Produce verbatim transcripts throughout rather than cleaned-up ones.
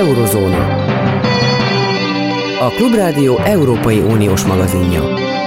Eurozóna. A Klubrádió Európai Uniós magazinja.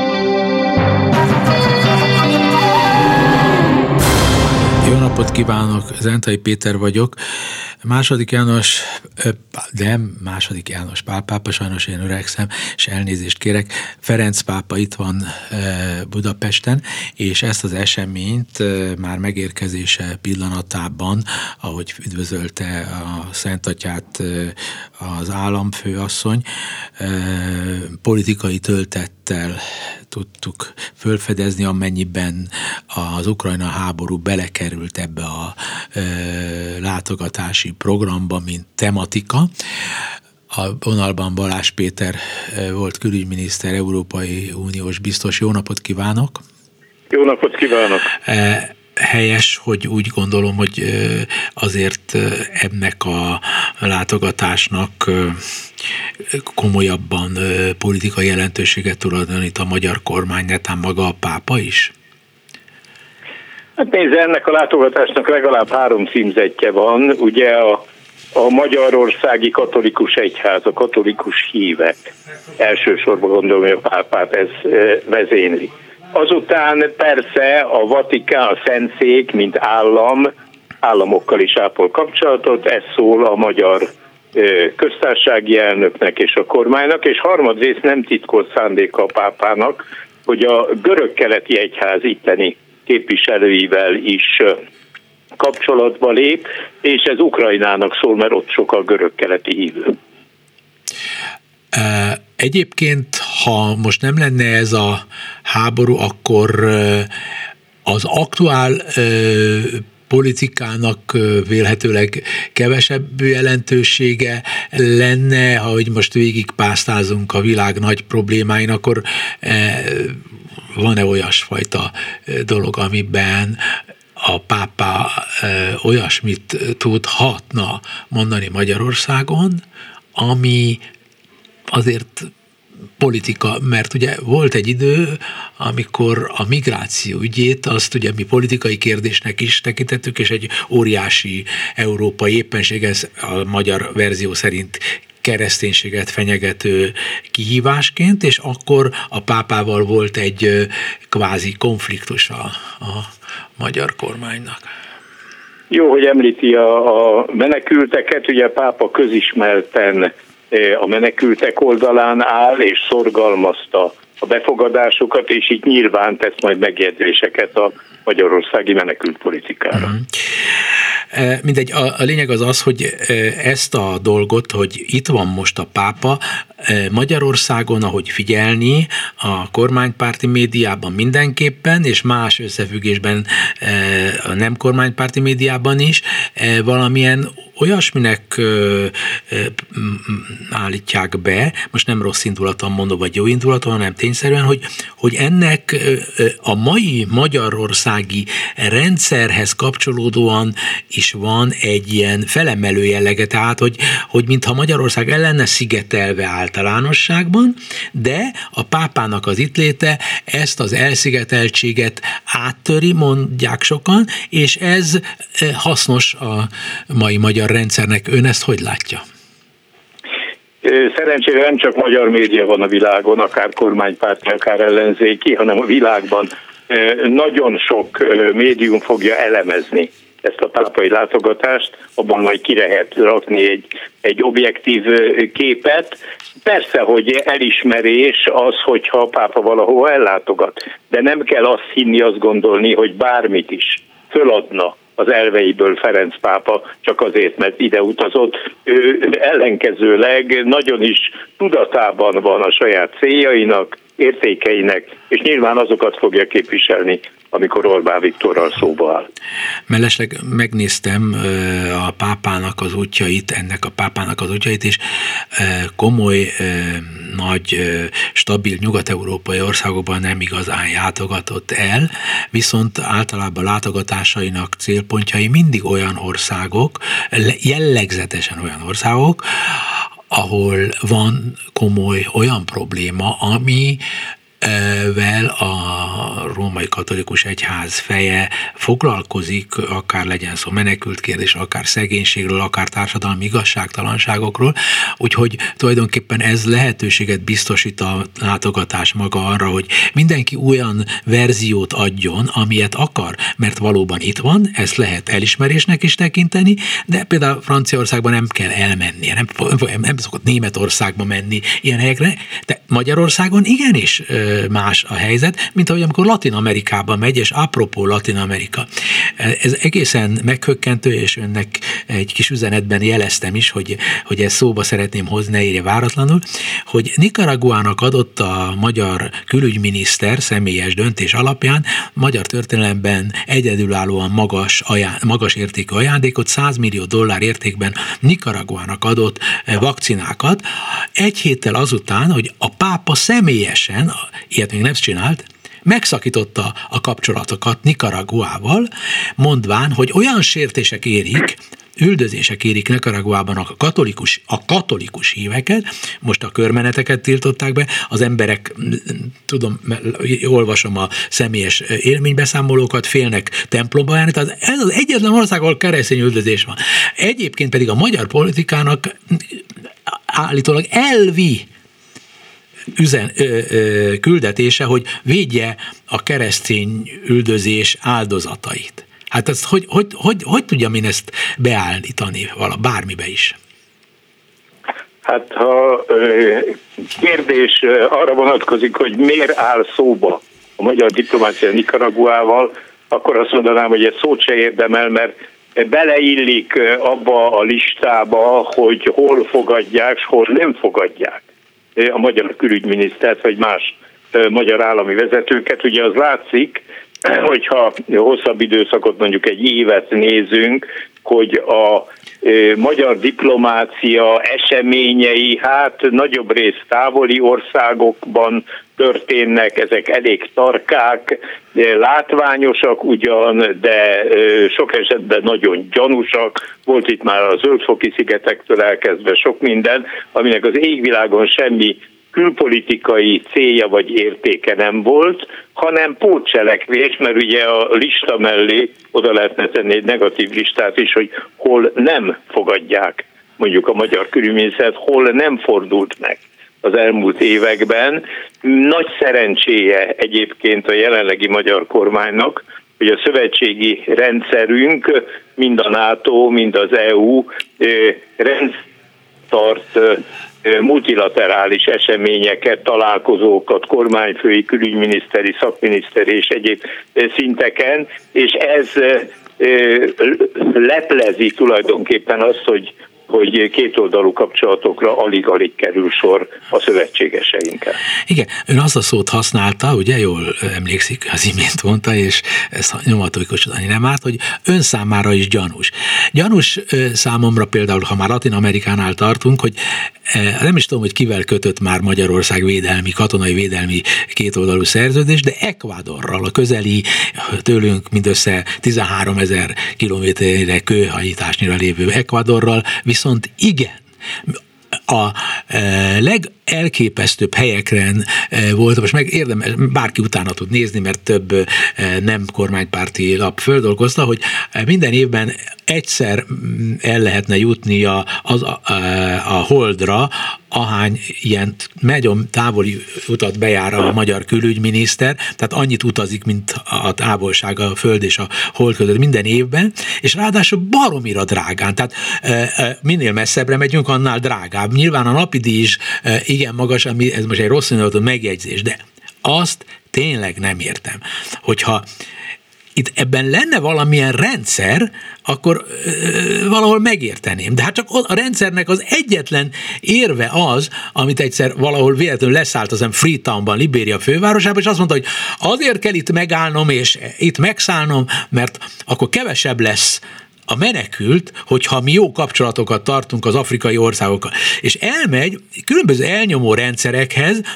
Jó napot kívánok, Zentai Péter vagyok. Második János, de második János Pál pápa, sajnos én öregszem, és elnézést kérek. Ferenc pápa itt van Budapesten, és ezt az eseményt már megérkezése pillanatában, ahogy üdvözölte a Szent Atyát az államfőasszony, politikai töltettel tudtuk fölfedezni, amennyiben az Ukrajna háború belekerült ebbe a látogatási programba, mint tematika. A vonalban Balázs Péter volt külügyminiszter, Európai Uniós biztos. Jó napot kívánok! Jó napot kívánok! Helyes, hogy úgy gondolom, hogy azért ennek a látogatásnak komolyabban politikai jelentőséget tulajdonít a magyar kormány, netán maga a pápa is? Hát nézd, ennek a látogatásnak legalább három címzettje van. Ugye a, a Magyarországi Katolikus Egyház, a katolikus hívek. Elsősorban gondolom, hogy a pápát ez vezényli. Azután persze a Vatikán, a Szentszék, mint állam, államokkal is ápol kapcsolatot, ez szól a magyar köztársasági elnöknek és a kormánynak, és harmadrészt nem titkolt szándéka a pápának, hogy a görög-keleti egyház itteni képviselőivel is kapcsolatba lép, és ez Ukrajnának szól, mert ott sok a görög-keleti hívő. Egyébként, ha most nem lenne ez a háború, akkor az aktuál politikának vélhetőleg kevesebb jelentősége lenne, ha hogy most végigpásztázunk a világ nagy problémáin, akkor van-e olyasfajta dolog, amiben a pápa olyasmit tudhatna mondani Magyarországon, ami azért politika, mert ugye volt egy idő, amikor a migráció ügyét, azt ugye mi politikai kérdésnek is tekintettük, és egy óriási európai éppenség, ez a magyar verzió szerint kereszténységet fenyegető kihívásként, és akkor a pápával volt egy kvázi konfliktus a, a magyar kormánynak. Jó, hogy említi a, a menekülteket, ugye a pápa közismerten a menekültek oldalán áll, és szorgalmazta a befogadásukat, és itt nyilván tesz majd megjegyzéseket a magyarországi menekültpolitikára. Mm. Mindegy, a, a lényeg az az, hogy ezt a dolgot, hogy itt van most a pápa Magyarországon, ahogy figyelni, a kormánypárti médiában mindenképpen, és más összefüggésben a nem kormánypárti médiában is, valamilyen olyasminek állítják be, most nem rossz indulaton mondom, vagy jó indulaton, hanem tényszerűen, hogy, hogy ennek a mai magyarországi rendszerhez kapcsolódóan is van egy ilyen felemelő jellege, tehát, hogy, hogy mintha Magyarország el lenne szigetelve általánosságban, de a pápának az itt léte ezt az elszigeteltséget áttöri, mondják sokan, és ez hasznos a mai magyar rendszernek. Ön ezt hogy látja? Szerencsére nem csak magyar média van a világon, akár kormánypárti, akár ellenzéki, hanem a világban nagyon sok médium fogja elemezni ezt a pápai látogatást, abban majd ki lehet rakni egy, egy objektív képet. Persze, hogy elismerés az, hogyha a pápa valahol ellátogat, de nem kell azt hinni, azt gondolni, hogy bármit is föladna az elveiből Ferenc pápa csak azért, mert ide utazott. Ő ellenkezőleg nagyon is tudatában van a saját céljainak, értékeinek, és nyilván azokat fogja képviselni, amikor Orbán Viktorral szóba áll. Mellesleg megnéztem a pápának az útjait, ennek a pápának az útjait, és komoly, nagy, stabil nyugat-európai országokban nem igazán látogatott el, viszont általában látogatásainak célpontjai mindig olyan országok, jellegzetesen olyan országok, ahol van komoly olyan probléma, ami amivel a római katolikus egyház feje foglalkozik, akár legyen szó menekült kérdés, akár szegénységről, akár társadalmi igazságtalanságokról, úgyhogy tulajdonképpen ez lehetőséget biztosít a látogatás maga arra, hogy mindenki olyan verziót adjon, amilyet akar, mert valóban itt van, ezt lehet elismerésnek is tekinteni, de például Franciaországban nem kell elmennie, nem, nem szokott Németországba menni ilyen helyekre, de Magyarországon igenis más a helyzet, mint ahogy amikor Latin-Amerikában megy, és apropó Latin-Amerika. Ez egészen meghökkentő, és önnek egy kis üzenetben jeleztem is, hogy, hogy ezt szóba szeretném hozni, ne érje váratlanul, hogy Nicaraguának adott a magyar külügyminiszter személyes döntés alapján magyar történelemben egyedülállóan magas, aján, magas értékű ajándékot, száz millió dollár értékben Nicaraguának adott vakcinákat, egy héttel azután, hogy a pápa személyesen, ilyet még nem csinált, megszakította a kapcsolatokat Nicaraguával, mondván, hogy olyan sértések érik, üldözések érik Nicaraguában a katolikus, a katolikus híveket, most a körmeneteket tiltották be, az emberek, tudom, olvasom a személyes élménybeszámolókat, félnek templomba járni, tehát ez az egyetlen ország, ahol keresztény üldözés van. Egyébként pedig a magyar politikának állítólag elvi üzen, ö, ö, küldetése, hogy védje a keresztény üldözés áldozatait. Hát ezt hogy, hogy, hogy, hogy tudjam én ezt beállítani vala, bármibe is? Hát ha kérdés arra vonatkozik, hogy miért áll szóba a magyar diplomácia Nicaraguával, akkor azt mondanám, hogy ez szót se érdemel, mert beleillik abba a listába, hogy hol fogadják, és hol nem fogadják a magyar külügyminisztert, vagy más magyar állami vezetőket. Ugye az látszik, hogyha hosszabb időszakot, mondjuk egy évet nézünk, hogy a magyar diplomácia eseményei hát nagyobb rész távoli országokban történnek, ezek elég tarkák, látványosak ugyan, de sok esetben nagyon gyanúsak. Volt itt már a Zöld-foki szigetektől elkezdve sok minden, aminek az égvilágon semmi külpolitikai célja vagy értéke nem volt, hanem pótcselekvés, mert ugye a lista mellé oda lehetne tenni egy negatív listát is, hogy hol nem fogadják mondjuk a magyar külügyminisztert, hol nem fordult meg az elmúlt években. Nagy szerencséje egyébként a jelenlegi magyar kormánynak, hogy a szövetségi rendszerünk, mind a NATO, mind az é u rendtart multilaterális eseményeket, találkozókat, kormányfői, külügyminiszteri, szakminiszteri és egyéb szinteken, és ez leplezi tulajdonképpen azt, hogy hogy kétoldalú kapcsolatokra alig-alig kerül sor a szövetségeseinkkel. Igen, ön azt a szót használta, ugye jól emlékszik, az imént mondta, és ezt nyomatékosítani nem árt, hogy ön számára is gyanús. Gyanús számomra például, ha már Latin-Amerikánál tartunk, hogy nem is tudom, hogy kivel kötött már Magyarország védelmi, katonai védelmi kétoldalú szerződés, de Ecuadorral, a közeli, tőlünk mindössze tizenháromezer kilométerre kőhajításnyira lévő Ecuadorral, viszont igen, a legelképesztőbb helyekren volt, most meg érdemes, bárki utána tud nézni, mert több nem kormánypárti lap földolgozta, hogy minden évben egyszer el lehetne jutni a, az, a, a Holdra, ahány ilyen nagyon távoli utat bejár a magyar külügyminiszter, tehát annyit utazik, mint a távolság a Föld és a Hold között minden évben, és ráadásul baromira drágán, tehát minél messzebbre megyünk, annál drágább. Nyilván a napi díj is igen magas, ami, ez most egy rossz színű megjegyzés, de azt tényleg nem értem, hogyha itt ebben lenne valamilyen rendszer, akkor ö, valahol megérteném. De hát csak a rendszernek az egyetlen érve az, amit egyszer valahol véletlenül leszállt azon Freetownban, Libéria fővárosában, és azt mondta, hogy azért kell itt megállnom, és itt megszállnom, mert akkor kevesebb lesz a menekült, hogyha mi jó kapcsolatokat tartunk az afrikai országokkal. És elmegy különböző elnyomó rendszerekhez,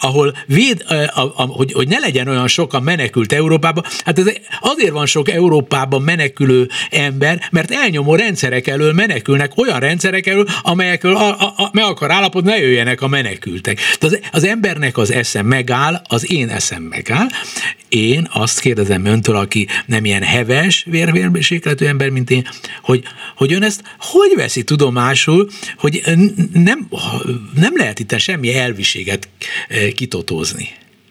ahol véd, a, a, hogy, hogy ne legyen olyan sok a menekült Európában. Hát ez azért van sok Európában menekülő ember, mert elnyomó rendszerek elől menekülnek, olyan rendszerek elől, amelyekről a, a, a, meg akar állapodni, ne jöjjenek a menekültek. Az, az embernek az esze megáll, az én eszem megáll. Én azt kérdezem öntől, aki nem ilyen heves vérvérsékletű ember, mint én, hogy, hogy ön ezt hogy veszi tudomásul, hogy nem, nem lehet itt semmi elviséget kitotózni?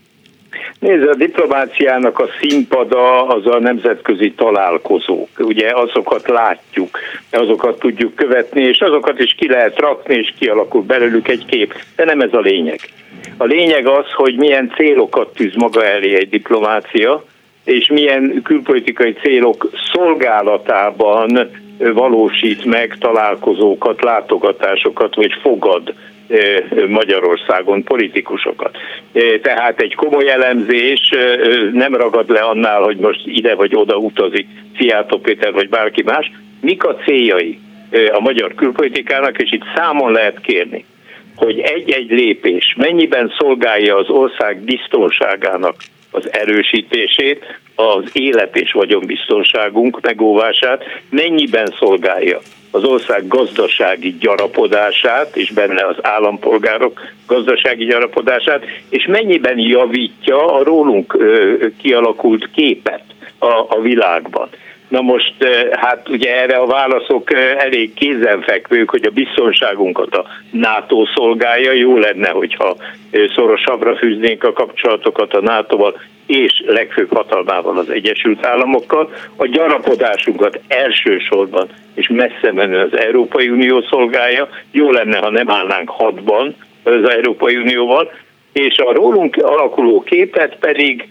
Nézd, a diplomáciának a színpada az a nemzetközi találkozók. Ugye azokat látjuk, azokat tudjuk követni, és azokat is ki lehet rakni, és kialakul belőlük egy kép. De nem ez a lényeg. A lényeg az, hogy milyen célokat tűz maga elé egy diplomácia, és milyen külpolitikai célok szolgálatában valósít meg találkozókat, látogatásokat, vagy fogad Magyarországon politikusokat. Tehát egy komoly elemzés nem ragad le annál, hogy most ide vagy oda utazik Szijjártó Péter vagy bárki más. Mik a céljai a magyar külpolitikának, és itt számon lehet kérni, hogy egy-egy lépés mennyiben szolgálja az ország biztonságának az erősítését, az élet és vagyonbiztonságunk megóvását, mennyiben szolgálja az ország gazdasági gyarapodását, és benne az állampolgárok gazdasági gyarapodását, és mennyiben javítja a rólunk kialakult képet a, a világban. Na most, hát ugye erre a válaszok elég kézenfekvők, hogy a biztonságunkat a NATO szolgálja, jó lenne, hogyha szorosabbra fűznénk a kapcsolatokat a nátóval, és legfőbb hatalmával, az Egyesült Államokkal. A gyarapodásunkat elsősorban és messze menő az Európai Unió szolgálja, jó lenne, ha nem állnánk hadban az Európai Unióval, és a rólunk alakuló képet pedig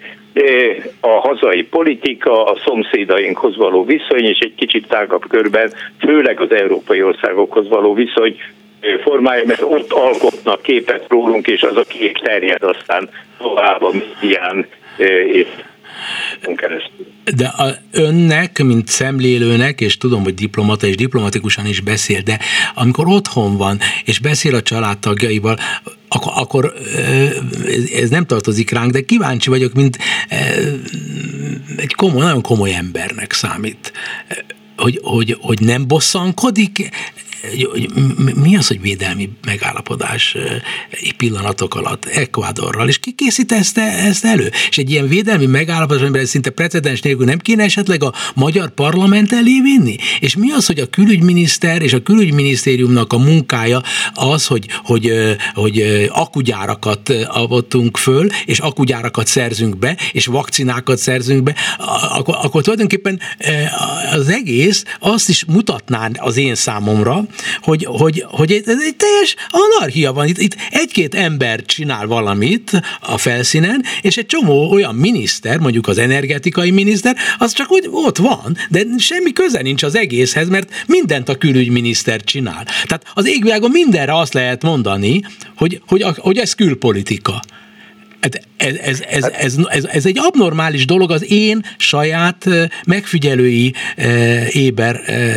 a hazai politika, a szomszédainkhoz való viszony, és egy kicsit tágabb körben, főleg az európai országokhoz való viszony formája, mert ott alkotnak képet rólunk, és az a kép terjed aztán tovább a médián és keresztül. De a, önnek, mint szemlélőnek, és tudom, hogy diplomata és diplomatikusan is beszél, de amikor otthon van, és beszél a családtagjaival, akkor, akkor ez nem tartozik ránk, de kíváncsi vagyok, mint egy komoly, nagyon komoly embernek számít, hogy, hogy, hogy nem bosszankodik. Mi az, hogy védelmi megállapodás pillanatok alatt Ecuadorral, és ki készít ezt, ezt elő? És egy ilyen védelmi megállapodás, amiben szinte precedens nélkül nem kéne esetleg a magyar parlament elé vinni? És mi az, hogy a külügyminiszter és a külügyminisztériumnak a munkája az, hogy, hogy, hogy akugyárakat avattunk föl, és akugyárakat szerzünk be, és vakcinákat szerzünk be, akkor, akkor tulajdonképpen az egész azt is mutatná az én számomra, hogy, hogy, hogy ez egy teljes anarchia van. Itt, itt egy-két ember csinál valamit a felszínen, és egy csomó olyan miniszter, mondjuk az energetikai miniszter, az csak úgy ott van, de semmi köze nincs az egészhez, mert mindent a külügyminiszter csinál. Tehát az égvilágon mindenre azt lehet mondani, hogy, hogy, hogy ez külpolitika. Ez, ez, ez, ez, ez, ez egy abnormális dolog az én saját megfigyelői éber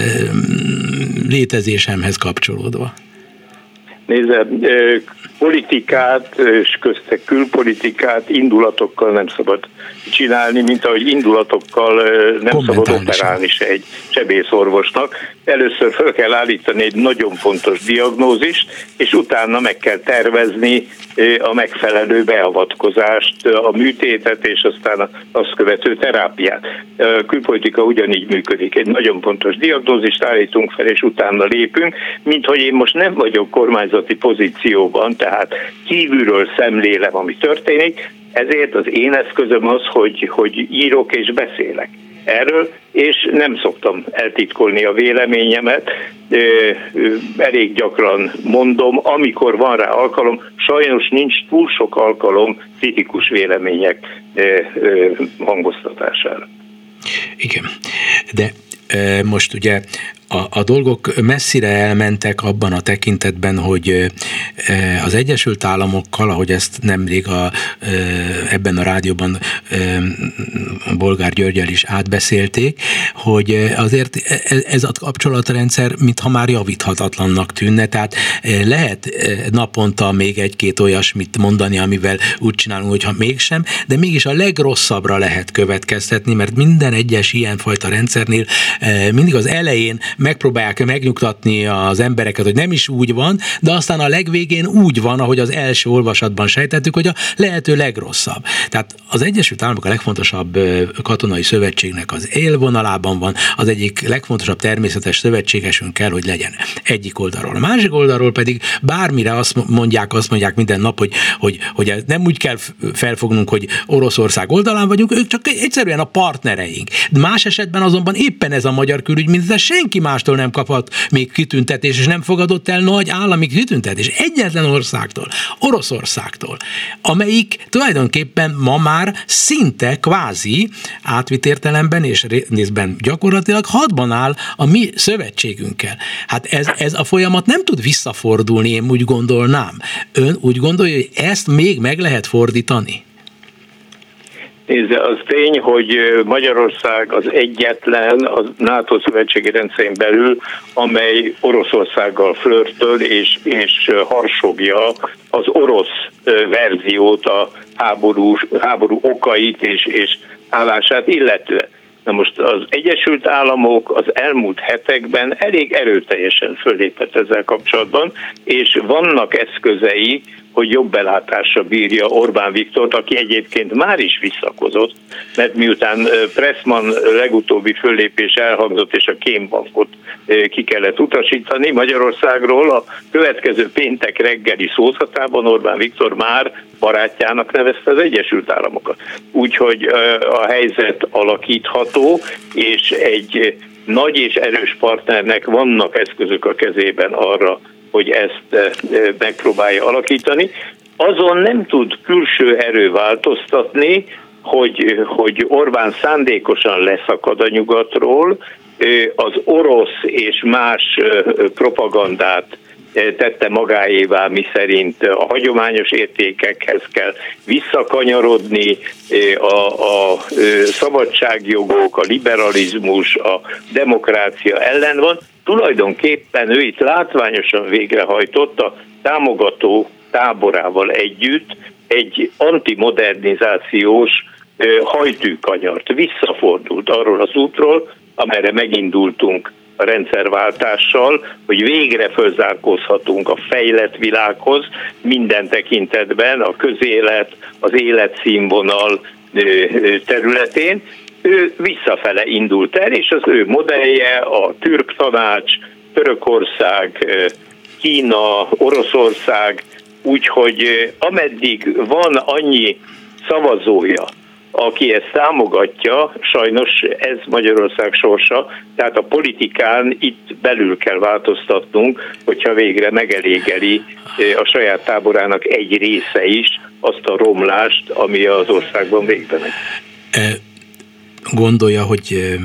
létezésemhez kapcsolódva. Nézd, politikát és közte külpolitikát indulatokkal nem szabad csinálni, mint ahogy indulatokkal nem szabad operálni se egy sebészorvosnak. Először fel kell állítani egy nagyon fontos diagnózist, és utána meg kell tervezni a megfelelő beavatkozást, a műtétet, és aztán azt követő terápiát. A külpolitika ugyanígy működik. Egy nagyon fontos diagnózist állítunk fel, és utána lépünk, mint hogy én most nem vagyok kormányzati pozícióban, tehát kívülről szemlélem, ami történik, ezért az én eszközöm az, hogy, hogy írok és beszélek erről, és nem szoktam eltitkolni a véleményemet, elég gyakran mondom, amikor van rá alkalom, sajnos nincs túl sok alkalom kritikus vélemények hangoztatására. Igen, de most ugye A, a dolgok messzire elmentek abban a tekintetben, hogy az Egyesült Államokkal, ahogy ezt nemrég a, ebben a rádióban Bolgár Györggyel is átbeszélték, hogy azért ez a kapcsolatrendszer mintha már javíthatatlannak tűnne, tehát lehet naponta még egy-két olyasmit mondani, amivel úgy csinálunk, hogyha mégsem, de mégis a legrosszabbra lehet következtetni, mert minden egyes ilyenfajta rendszernél mindig az elején megpróbálják megnyugtatni az embereket, hogy nem is úgy van, de aztán a legvégén úgy van, ahogy az első olvasatban sejtettük, hogy a lehető legrosszabb. Tehát az Egyesült Államok a legfontosabb katonai szövetségnek az élvonalában van, az egyik legfontosabb természetes szövetségesünk kell, hogy legyen egyik oldalról. A másik oldalról pedig bármire azt mondják, azt mondják minden nap, hogy, hogy, hogy nem úgy kell felfognunk, hogy Oroszország oldalán vagyunk, ők csak egyszerűen a partnereink. De más esetben azonban éppen ez a magyar külügyminiszter senki mástól nem kapott még kitüntetés, és nem fogadott el nagy állami kitüntetés. Egyetlen országtól, Oroszországtól, amelyik tulajdonképpen ma már szinte kvázi átvitt értelemben és részben gyakorlatilag hadban áll a mi szövetségünkkel. Hát ez, ez a folyamat nem tud visszafordulni, én úgy gondolnám. Ön úgy gondolja, hogy ezt még meg lehet fordítani? Nézze, az tény, hogy Magyarország az egyetlen a NATO szövetségi rendszerén belül, amely Oroszországgal flörtöl és, és harsogja az orosz verziót, a háború, háború okait és, és állását illetően. Na most az Egyesült Államok az elmúlt hetekben elég erőteljesen fölépett ezzel kapcsolatban, és vannak eszközei, hogy jobb belátásra bírja Orbán Viktort, aki egyébként már is visszakozott, mert miután Pressman legutóbbi föllépés elhangzott, és a kémbankot ki kellett utasítani Magyarországról, a következő péntek reggeli szózatában Orbán Viktor már barátjának nevezte az Egyesült Államokat. Úgyhogy a helyzet alakítható, és egy nagy és erős partnernek vannak eszközök a kezében arra, hogy ezt megpróbálja alakítani. Azon nem tud külső erő változtatni, hogy, hogy Orbán szándékosan leszakad a nyugatról, az orosz és más propagandát tette magáévá, miszerint a hagyományos értékekhez kell visszakanyarodni, a, a szabadságjogok, a liberalizmus, a demokrácia ellen van. Tulajdonképpen ő itt látványosan végrehajtott a támogató táborával együtt egy antimodernizációs hajtűkanyart. Visszafordult arról az útról, amelyre megindultunk a rendszerváltással, hogy végre fölzárkózhatunk a fejlett világhoz minden tekintetben, a közélet, az életszínvonal területén. Ő visszafele indult el, és az ő modellje a Türk Tanács, Törökország, Kína, Oroszország, úgyhogy ameddig van annyi szavazója, aki ezt támogatja, sajnos ez Magyarország sorsa, tehát a politikán itt belül kell változtatnunk, hogyha végre megelégeli a saját táborának egy része is azt a romlást, ami az országban végbe megy. Gondolja, hogy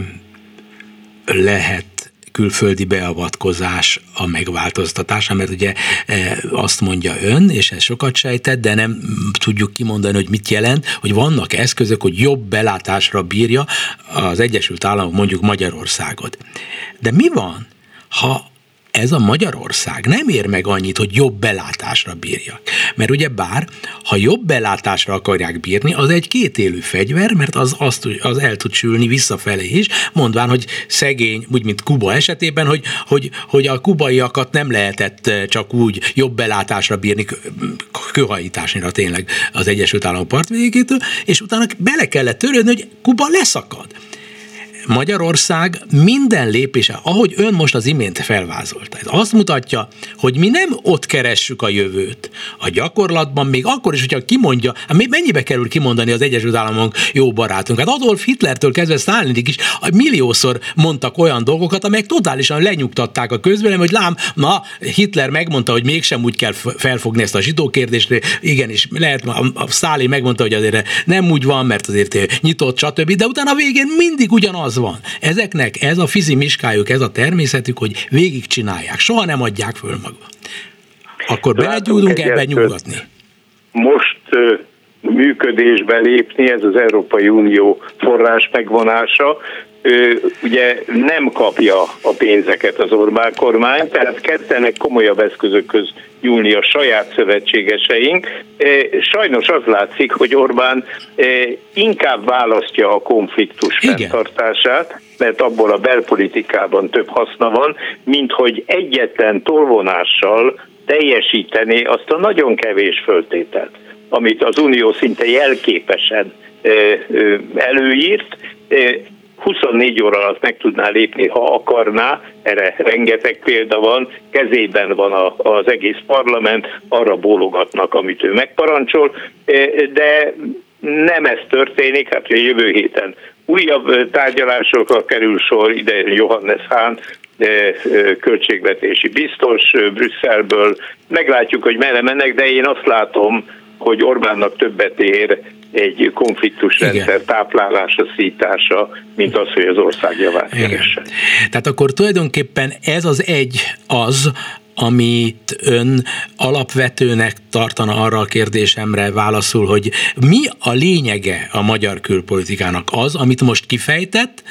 lehet külföldi beavatkozás a megváltoztatása, mert ugye azt mondja ön, és ez sokat sejtett, de nem tudjuk kimondani, hogy mit jelent, hogy vannak eszközök, hogy jobb belátásra bírja az Egyesült Államok mondjuk Magyarországot. De mi van, ha ez a Magyarország nem ér meg annyit, hogy jobb belátásra bírjak. Mert ugye bár, ha jobb belátásra akarják bírni, az egy kétélű fegyver, mert az, az, az el tud sülni visszafelé is, mondván, hogy szegény, úgy, mint Kuba esetében, hogy, hogy, hogy a kubaiakat nem lehetett csak úgy jobb belátásra bírni, kőhajításnyira tényleg az Egyesült Államok partvidékétől, és utána bele kellett törődni, hogy Kuba leszakad. Magyarország minden lépése, ahogy ön most az imént felvázolta, ez azt mutatja, hogy mi nem ott keressük a jövőt. A gyakorlatban még akkor is, hogyha kimondja, mennyibe kerül kimondani az Egyesült Államok jó barátunk. Hát Adolf Hitlertől kezdve Sztálinig is milliószor mondtak olyan dolgokat, amelyek totálisan lenyugtatták a közvéleményt, hogy lám, na, Hitler megmondta, hogy mégsem úgy kell felfogni ezt a zsidó kérdést, igenis, lehet, a Sztálin megmondta, hogy azért nem úgy van, mert azért nyitott, stb., de utána a végén mindig ugyanaz van. Ezeknek ez a fizimiskájuk, ez a természetük, hogy végigcsinálják, soha nem adják föl maguk. Akkor belegyúrunk ebben nyugodni. Most uh, működésbe lépni, ez az Európai Unió forrás megvonása, uh, ugye nem kapja a pénzeket az Orbán kormány, tehát kezdenek komolyabb eszközökhöz nyúlni a saját szövetségeseink. Uh, sajnos az látszik, hogy Orbán uh, inkább választja a konfliktus fenntartását, mert abból a belpolitikában több haszna van, mint hogy egyetlen tolvonással teljesíteni azt a nagyon kevés föltételt, amit az Unió szinte jelképesen előírt, huszonnégy óra alatt meg tudná lépni, ha akarná, erre rengeteg példa van, kezében van az egész parlament, arra bólogatnak, amit ő megparancsol, de nem ez történik, hát jövő héten újabb tárgyalásokra kerül sor, ide Johannes Hahn, költségvetési biztos Brüsszelből. Meglátjuk, hogy merre mennek, de én azt látom, hogy Orbánnak többet ér egy konfliktusrendszer táplálása, szítása, mint az, hogy az ország javát keresse. Tehát akkor tulajdonképpen ez az egy az, amit ön alapvetőnek tartana arra a kérdésemre válaszul, hogy mi a lényege a magyar külpolitikának? Az, amit most kifejtett,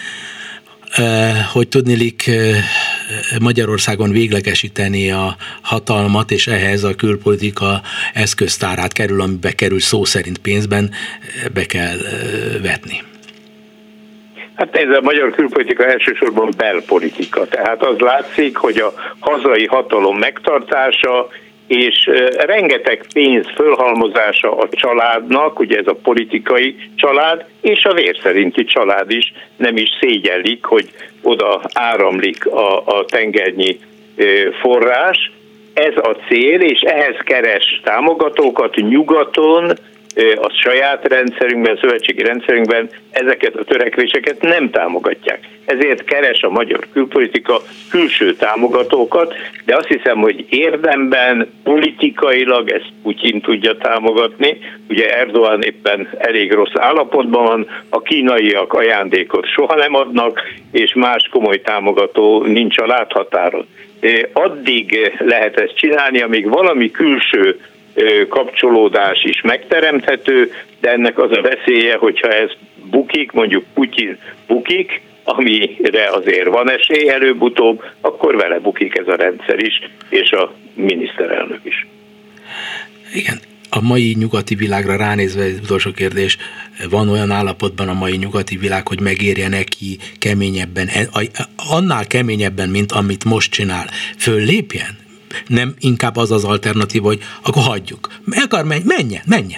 hogy tudniillik Magyarországon véglegesíteni a hatalmat, és ehhez a külpolitika eszköztárát kerül, amibe kerül szó szerint pénzben, be kell vetni. Hát ez a magyar külpolitika elsősorban belpolitika. Tehát az látszik, hogy a hazai hatalom megtartása és rengeteg pénz fölhalmozása a családnak, ugye ez a politikai család, és a vérszerinti család is nem is szégyellik, hogy oda áramlik a, a tengernyi forrás. Ez a cél, és ehhez keres támogatókat nyugaton, a saját rendszerünkben, szövetségi rendszerünkben ezeket a törekvéseket nem támogatják. Ezért keres a magyar külpolitika külső támogatókat, de azt hiszem, hogy érdemben, politikailag ezt Putyin tudja támogatni. Ugye Erdogan éppen elég rossz állapotban van, a kínaiak ajándékot soha nem adnak, és más komoly támogató nincs a láthatáron. Addig lehet ezt csinálni, amíg valami külső kapcsolódás is megteremthető, de ennek az a veszélye, hogyha ez bukik, mondjuk Putyin bukik, amire azért van esély előbb-utóbb, akkor vele bukik ez a rendszer is, és a miniszterelnök is. Igen. A mai nyugati világra ránézve, ez utolsó kérdés, van olyan állapotban a mai nyugati világ, hogy megérje neki keményebben, annál keményebben, mint amit most csinál, föllépjen? Nem inkább az az alternatíva, hogy akkor hagyjuk. Akar, menjen, menjen.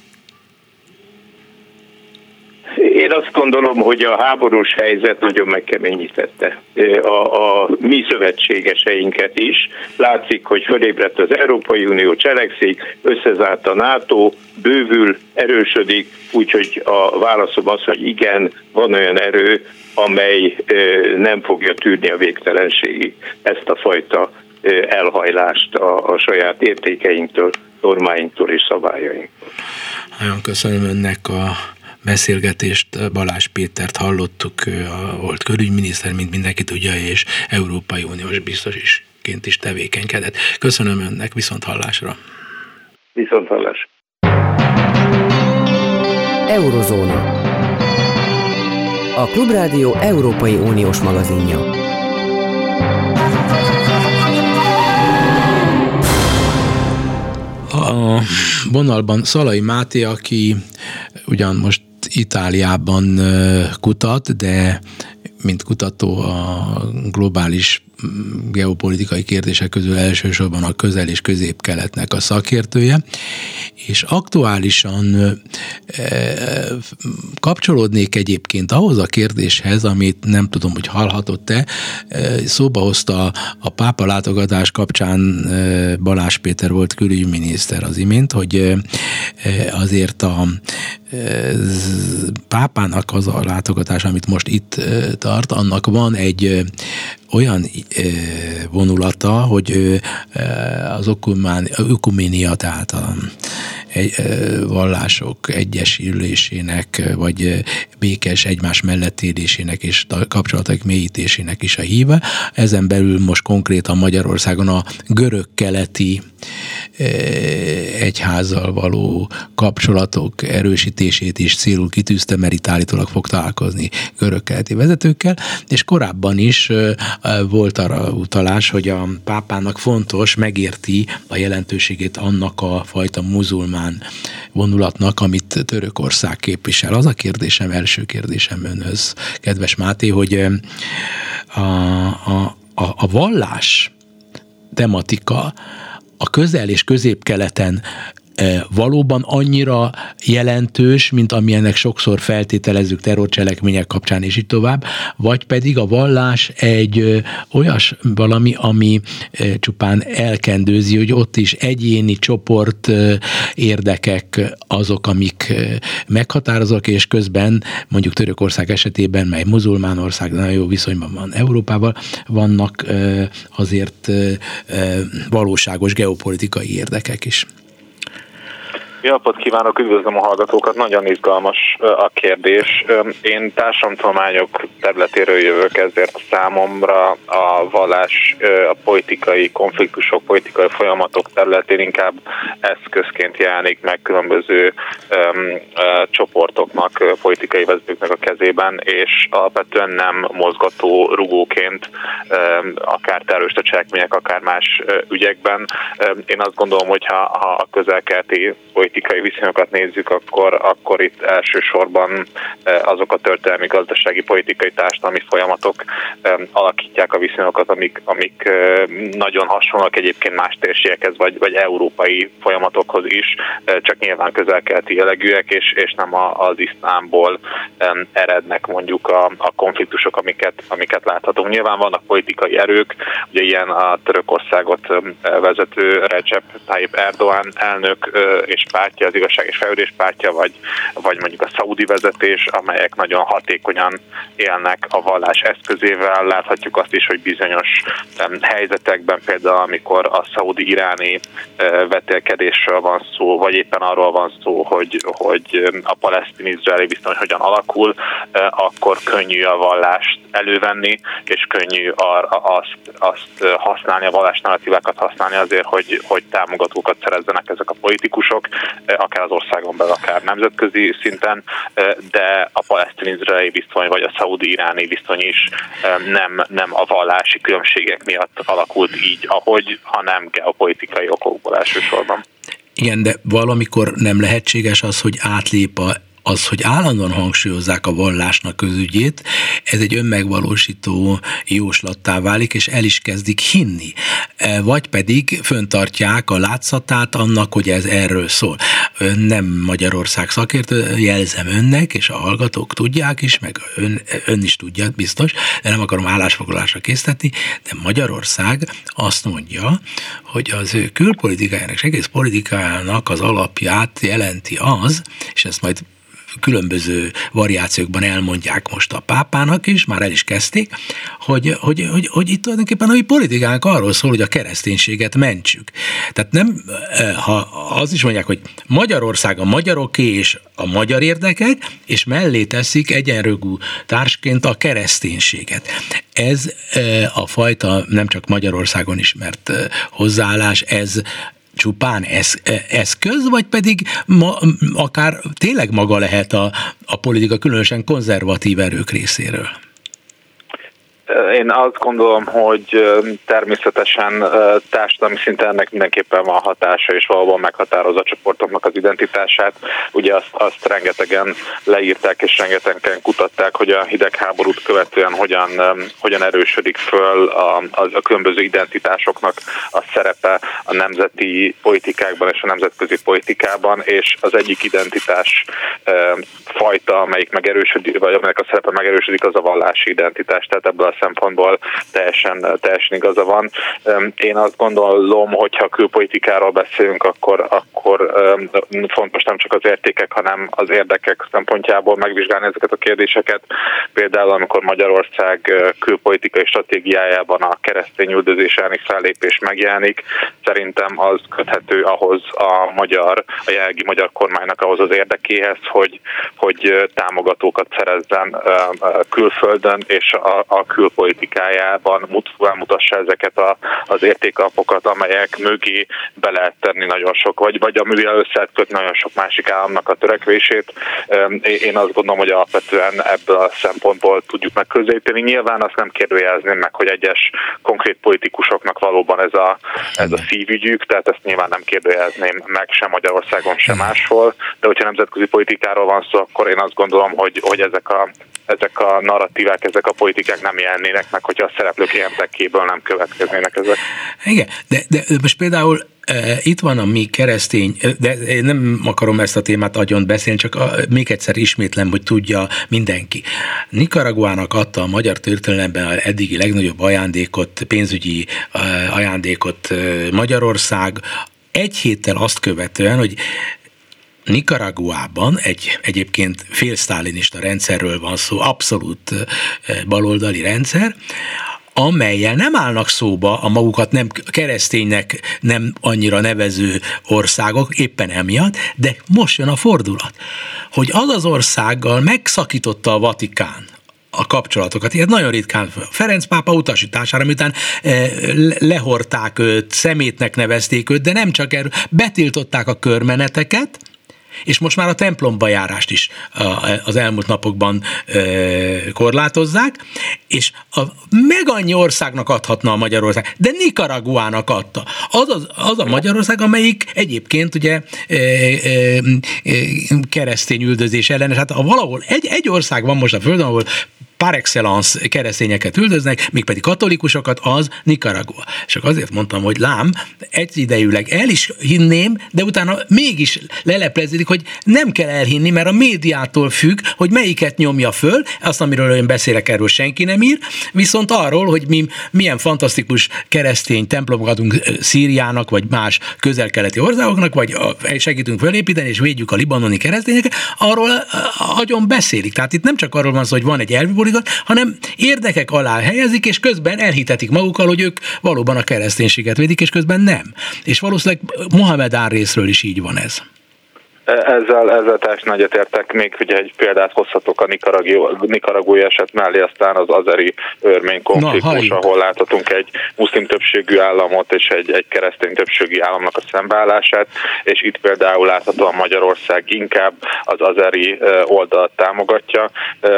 Én azt gondolom, hogy a háborús helyzet nagyon megkeményítette a, a mi szövetségeseinket is. Látszik, hogy fölébredt az Európai Unió, cselekszik, összezárt a NATO, bővül, erősödik, úgyhogy a válaszom az, hogy igen, van olyan erő, amely nem fogja tűrni a végtelenségig ezt a fajta elhajlást a, a saját értékeinktől, normáinktól és szabályainktól. Nagyon köszönöm önnek a beszélgetést. Balázs Pétert hallottuk, a volt külügyminiszter, mint mindenki tudja, és Európai Uniós biztos isként is tevékenykedett. Köszönöm önnek, viszont hallásra. Viszont hallás. Eurozóna. A Klubrádió Európai Uniós magazinja. A vonalban Szalai Máté, aki ugyan most Itáliában kutat, de mint kutató a globális geopolitikai kérdések közül elsősorban a közel- és közép-keletnek a szakértője, és aktuálisan kapcsolódnék egyébként ahhoz a kérdéshez, amit nem tudom, hogy hallhatott-e, szóba hozta a pápa látogatás kapcsán Balázs Péter volt külügyminiszter az imént, hogy azért a pápának az a látogatás, amit most itt tart, annak van egy olyan vonulata, hogy az ökuménia, tehát a, vallások egyesülésének, vagy békés egymás mellett élésének és kapcsolatok mélyítésének is a híve. Ezen belül most konkrétan Magyarországon a görög-keleti egyházzal való kapcsolatok erősítését is célul kitűzte, mert itt állítólag fog találkozni görög-keleti vezetőkkel, és korábban is volt arra utalás, hogy a pápának fontos, megérti a jelentőségét annak a fajta muzulmán vonulatnak, amit Törökország képvisel. Az a kérdésem, első kérdésem önhöz, kedves Máté, hogy a, a, a, a vallás tematika a közel- és középkeleten valóban annyira jelentős, mint amilyennek sokszor feltételezzük terrorcselekmények kapcsán, és így tovább, vagy pedig a vallás egy olyas valami, ami csupán elkendőzi, hogy ott is egyéni csoport érdekek azok, amik meghatározók, és közben mondjuk Törökország esetében, mely muzulmán ország, nagyon jó viszonyban van Európával, vannak azért valóságos geopolitikai érdekek is. Jó napot kívánok, üdvözlöm a hallgatókat, nagyon izgalmas a kérdés. Én társadalomtudományok területéről jövök, ezért számomra a vallás, a politikai konfliktusok, politikai folyamatok területén inkább eszközként jelenik meg különböző um, uh, csoportoknak, politikai vezetőknek a kezében, és alapvetően nem mozgató rugóként, um, akár terrorista cselekmények, akár más uh, ügyekben. Um, én azt gondolom, hogy ha, ha a közel-keleti politikai viszonyokat nézzük, akkor, akkor itt elsősorban azok a történelmi, gazdasági, politikai, társadalmi folyamatok alakítják a viszonyokat, amik, amik nagyon hasonlóak egyébként más térségekhez, vagy, vagy európai folyamatokhoz is, csak nyilván közel-keleti jellegűek, és, és nem az iszlámból erednek mondjuk a, a konfliktusok, amiket, amiket láthatunk. Nyilván vannak politikai erők, ugye ilyen a Törökországot vezető Recep Tayyip Erdoğan elnök és pártja, az Igazság és Fejlődés pártja, vagy, vagy mondjuk a szaudi vezetés, amelyek nagyon hatékonyan élnek a vallás eszközével. Láthatjuk azt is, hogy bizonyos um, helyzetekben, például amikor a szaudi-iráni uh, vetélkedésről van szó, vagy éppen arról van szó, hogy, hogy a palesztin-izraeli viszony hogyan alakul, uh, akkor könnyű a vallást elővenni, és könnyű ar- azt, azt használni, a vallás narratívákat használni azért, hogy, hogy támogatókat szerezzenek ezek a politikusok, akár az országon belül, akár nemzetközi szinten, de a palesztin-izraeli viszony, vagy a szaudi-iráni viszony is nem, nem a vallási különbségek miatt alakult így, ahogy, hanem geopolitikai okokból elsősorban. Igen, de valamikor nem lehetséges az, hogy átlép a az, hogy állandóan hangsúlyozzák a vallásnak közügyét, ez egy önmegvalósító jóslattá válik, és el is kezdik hinni. Vagy pedig föntartják a látszatát annak, hogy ez erről szól. Ön nem Magyarország szakértő, jelzem önnek, és a hallgatók tudják is, meg ön, ön is tudja, biztos, de nem akarom állásfoglalásra késztetni, de Magyarország azt mondja, hogy az ő külpolitikájának és egész politikájának az alapját jelenti az, és ezt majd különböző variációkban elmondják most a pápának is, már el is kezdték, hogy, hogy, hogy, hogy itt tulajdonképpen a mi politikánk arról szól, hogy a kereszténységet mentsük. Tehát nem, ha az is mondják, hogy Magyarország a magyaroké és a magyar érdekek, és mellé teszik egyenrögű társként a kereszténységet. Ez a fajta nem csak Magyarországon ismert hozzáállás, ez csupán ez, eszköz, vagy pedig ma, akár tényleg maga lehet a, a politika különösen konzervatív erők részéről? Én azt gondolom, hogy természetesen társadalmi szinten ennek mindenképpen van hatása, és valóban meghatározza a csoportoknak az identitását. Ugye azt, azt rengetegen leírták, és rengetegen kutatták, hogy a hidegháborút követően hogyan, hogyan erősödik föl a, a, a különböző identitásoknak a szerepe a nemzeti politikákban és a nemzetközi politikában, és az egyik identitás fajta, amelyik megerősödik, vagy amelyek a szerepe megerősödik, az a vallási identitás. Tehát ebből a szempontból teljesen, teljesen igaza van. Én azt gondolom, hogyha külpolitikáról beszélünk, akkor, akkor fontos nem csak az értékek, hanem az érdekek szempontjából megvizsgálni ezeket a kérdéseket. Például, amikor Magyarország külpolitikai stratégiájában a keresztény üldözés elleni fellépés megjelenik, szerintem az köthető ahhoz a magyar, a jelenlegi magyar kormánynak ahhoz az érdekéhez, hogy, hogy támogatókat szerezzen külföldön, és a, a külpolitikájában mutassa ezeket a, az értékapokat, amelyek mögé be lehet tenni nagyon sok, vagy, vagy amivel össze lehet kötni nagyon sok másik államnak a törekvését. Én azt gondolom, hogy alapvetően ebből a szempontból tudjuk megközelíteni. Nyilván azt nem kérdőjelezném meg, hogy egyes konkrét politikusoknak valóban ez a, ez a szívügyük, tehát ezt nyilván nem kérdőjelezném meg sem Magyarországon, sem máshol, de hogyha nemzetközi politikáról van szó, akkor én azt gondolom, hogy, hogy ezek a ezek a narratívák, ezek a politikák nem jelennének meg, hogyha a szereplők érdekéből nem következnének ezek. Igen, de, de most például e, itt van a mi keresztény, de én nem akarom ezt a témát agyon beszélni, csak a, még egyszer ismétlem, hogy tudja mindenki. Nicaraguának adta a magyar történelemben az eddigi legnagyobb ajándékot, pénzügyi ajándékot Magyarország, egy héttel azt követően, hogy Nicaraguában egy egyébként félsztálinista rendszerről van szó, abszolút baloldali rendszer, amellyel nem állnak szóba a magukat nem kereszténynek nem annyira nevező országok, éppen emiatt, de most jön a fordulat, hogy az az országgal megszakította a Vatikán a kapcsolatokat. Ilyet nagyon ritkán Ferenc pápa utasítására, miután lehorták őt, szemétnek nevezték őt, de nem csak erről, betiltották a körmeneteket, és most már a templomba járást is az elmúlt napokban korlátozzák, és a, meg annyi országnak adhatna a Magyarország, de Nicaraguának adta. Az, az, az a Magyarország, amelyik egyébként ugye keresztény üldözés ellenes. Hát ha valahol egy, egy ország van most a földön, ahol par excellence keresztényeket üldöznek, mégpedig katolikusokat, az Nicaragua. És azért mondtam, hogy lám, egyidejűleg el is hinném, de utána mégis lelepleződik, hogy nem kell elhinni, mert a médiától függ, hogy melyiket nyomja föl, azt, amiről én beszélek, erről senki nem ír, viszont arról, hogy mi milyen fantasztikus keresztény templomokat adunk Szíriának, vagy más közel-keleti országoknak, vagy segítünk fölépíteni, és védjük a libanoni keresztényeket, arról agyon beszélik. Tehát itt nem csak arról van szó, hogy van egy elvi politika, hanem érdekek alá helyezik, és közben elhitetik magukkal, hogy ők valóban a kereszténységet védik, és közben nem. És valószínűleg Mohamedán részről is így van ez. Ezzel, ezzel teljesen egyetértek, még ugye egy példát hozhatok a nikaragói eset mellé, aztán az azeri örmény konfliktus, Na, ahol láthatunk egy muszlim többségű államot és egy, egy keresztény többségű államnak a szembeállását, és itt például láthatóan Magyarország inkább az azeri oldalt támogatja,